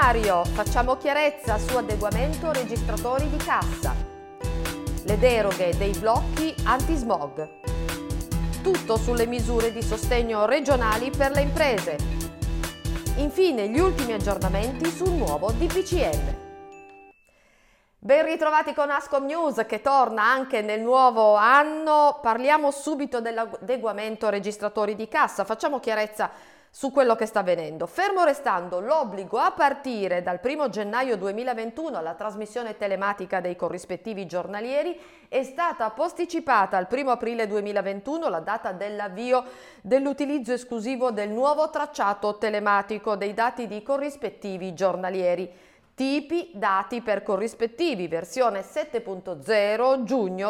Commissario, facciamo chiarezza su adeguamento registratori di cassa. Le deroghe dei blocchi antismog. Tutto sulle misure di sostegno regionali per le imprese. Infine gli ultimi aggiornamenti sul nuovo DPCM. Ben ritrovati con Ascom News che torna anche nel nuovo anno. Parliamo subito dell'adeguamento registratori di cassa. Facciamo chiarezza su quello che sta avvenendo. Fermo restando l'obbligo a partire dal 1 gennaio 2021 alla trasmissione telematica dei corrispettivi giornalieri, è stata posticipata al 1 aprile 2021 la data dell'avvio dell'utilizzo esclusivo del nuovo tracciato telematico dei dati di corrispettivi giornalieri. Tipi dati per corrispettivi, versione 7.0 giugno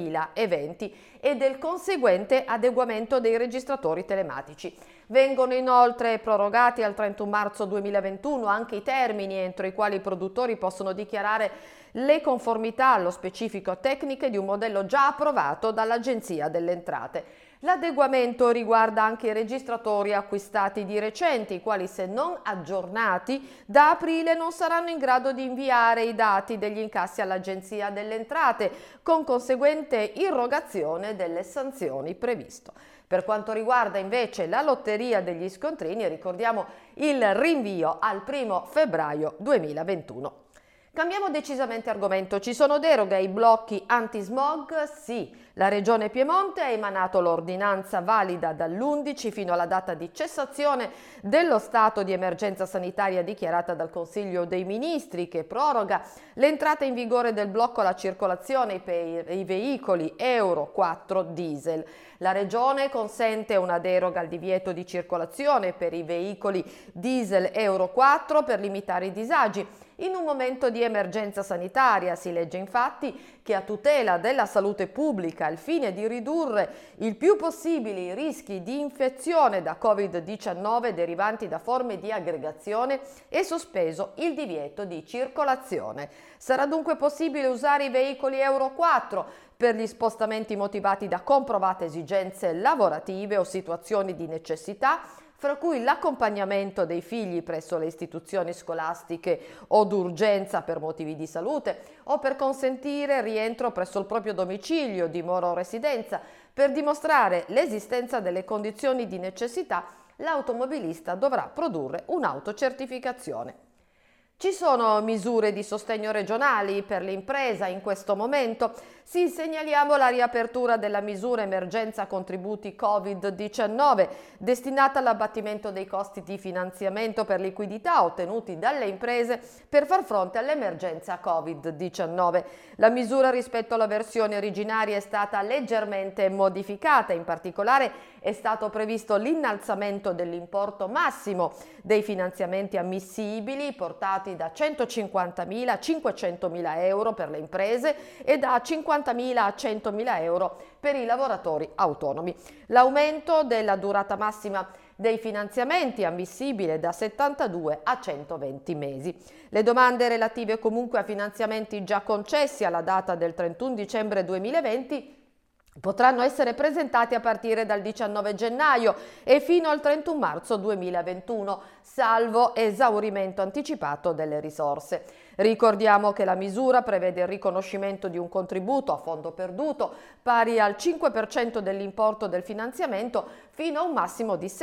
2020 e del conseguente adeguamento dei registratori telematici. Vengono inoltre prorogati al 31 marzo 2021 anche i termini entro i quali i produttori possono dichiarare le conformità allo specifico tecniche di un modello già approvato dall'Agenzia delle Entrate. L'adeguamento riguarda anche i registratori acquistati di recente, i quali, se non aggiornati, da aprile non saranno in grado di inviare i dati degli incassi all'Agenzia delle Entrate, con conseguente irrogazione delle sanzioni previsto. Per quanto riguarda invece la lotteria degli scontrini, ricordiamo il rinvio al 1 febbraio 2021. Cambiamo decisamente argomento. Ci sono deroghe ai blocchi antismog? Sì. La Regione Piemonte ha emanato l'ordinanza valida dall'11 fino alla data di cessazione dello stato di emergenza sanitaria dichiarata dal Consiglio dei Ministri, che proroga l'entrata in vigore del blocco alla circolazione per i veicoli Euro 4 diesel. La Regione consente una deroga al divieto di circolazione per i veicoli diesel Euro 4 per limitare i disagi. In un momento di emergenza sanitaria si legge infatti che a tutela della salute pubblica, al fine di ridurre il più possibile i rischi di infezione da Covid-19 derivanti da forme di aggregazione, è sospeso il divieto di circolazione. Sarà dunque possibile usare i veicoli Euro 4 per gli spostamenti motivati da comprovate esigenze lavorative o situazioni di necessità, fra cui l'accompagnamento dei figli presso le istituzioni scolastiche o d'urgenza per motivi di salute, o per consentire rientro presso il proprio domicilio, dimora o residenza. Per dimostrare l'esistenza delle condizioni di necessità, l'automobilista dovrà produrre un'autocertificazione. Ci sono misure di sostegno regionali per l'impresa in questo momento? Sì, segnaliamo la riapertura della misura emergenza contributi Covid-19 destinata all'abbattimento dei costi di finanziamento per liquidità ottenuti dalle imprese per far fronte all'emergenza Covid-19. La misura rispetto alla versione originaria è stata leggermente modificata, in particolare è stato previsto l'innalzamento dell'importo massimo dei finanziamenti ammissibili, portati da 150.000 a 500.000 euro per le imprese e da 50.000 a 100.000 euro per i lavoratori autonomi. L'aumento della durata massima dei finanziamenti ammissibile da 72 a 120 mesi. Le domande relative comunque a finanziamenti già concessi alla data del 31 dicembre 2020 potranno essere presentate a partire dal 19 gennaio e fino al 31 marzo 2021, salvo esaurimento anticipato delle risorse. Ricordiamo che la misura prevede il riconoscimento di un contributo a fondo perduto pari al 5% dell'importo del finanziamento fino a un massimo di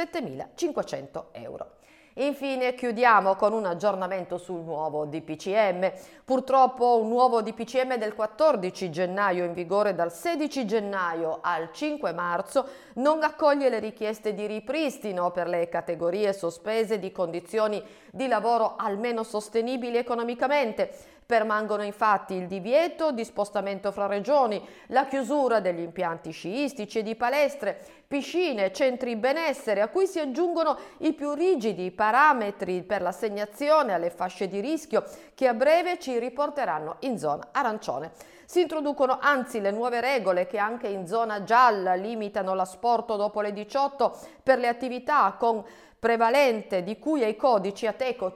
7.500 euro. Infine chiudiamo con un aggiornamento sul nuovo DPCM. Purtroppo un nuovo DPCM del 14 gennaio in vigore dal 16 gennaio al 5 marzo non accoglie le richieste di ripristino per le categorie sospese di condizioni di lavoro almeno sostenibili economicamente. Permangono infatti il divieto di spostamento fra regioni, la chiusura degli impianti sciistici e di palestre, piscine, centri benessere, a cui si aggiungono i più rigidi parametri per l'assegnazione alle fasce di rischio che a breve ci riporteranno in zona arancione. Si introducono anzi le nuove regole che anche in zona gialla limitano l'asporto dopo le 18 per le attività con prevalente di cui ai codici Ateco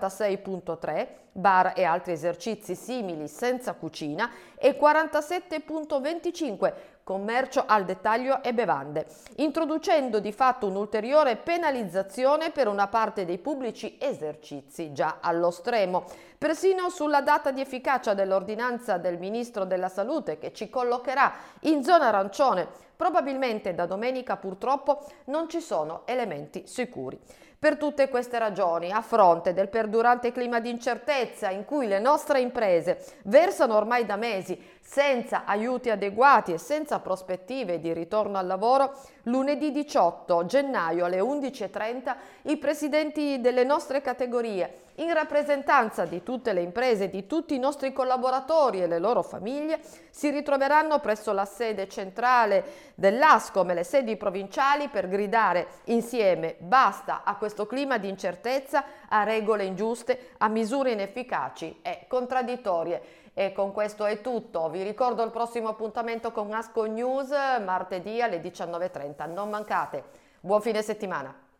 56.3, bar e altri esercizi simili senza cucina, e 47.25, commercio al dettaglio e bevande, introducendo di fatto un'ulteriore penalizzazione per una parte dei pubblici esercizi già allo stremo, persino sulla data di efficacia dell'ordinanza del Ministro della Salute che ci collocherà in zona arancione. Probabilmente da domenica purtroppo non ci sono elementi sicuri. Per tutte queste ragioni, a fronte del perdurante clima di incertezza in cui le nostre imprese versano ormai da mesi senza aiuti adeguati e senza prospettive di ritorno al lavoro, lunedì 18 gennaio alle 11:30 i presidenti delle nostre categorie, in rappresentanza di tutte le imprese, di tutti i nostri collaboratori e le loro famiglie, si ritroveranno presso la sede centrale dell'ASCOM e le sedi provinciali per gridare insieme basta a questo clima di incertezza, a regole ingiuste, a misure inefficaci e contraddittorie. E con questo è tutto. Vi ricordo il prossimo appuntamento con ASCO News martedì alle 19:30. Non mancate. Buon fine settimana.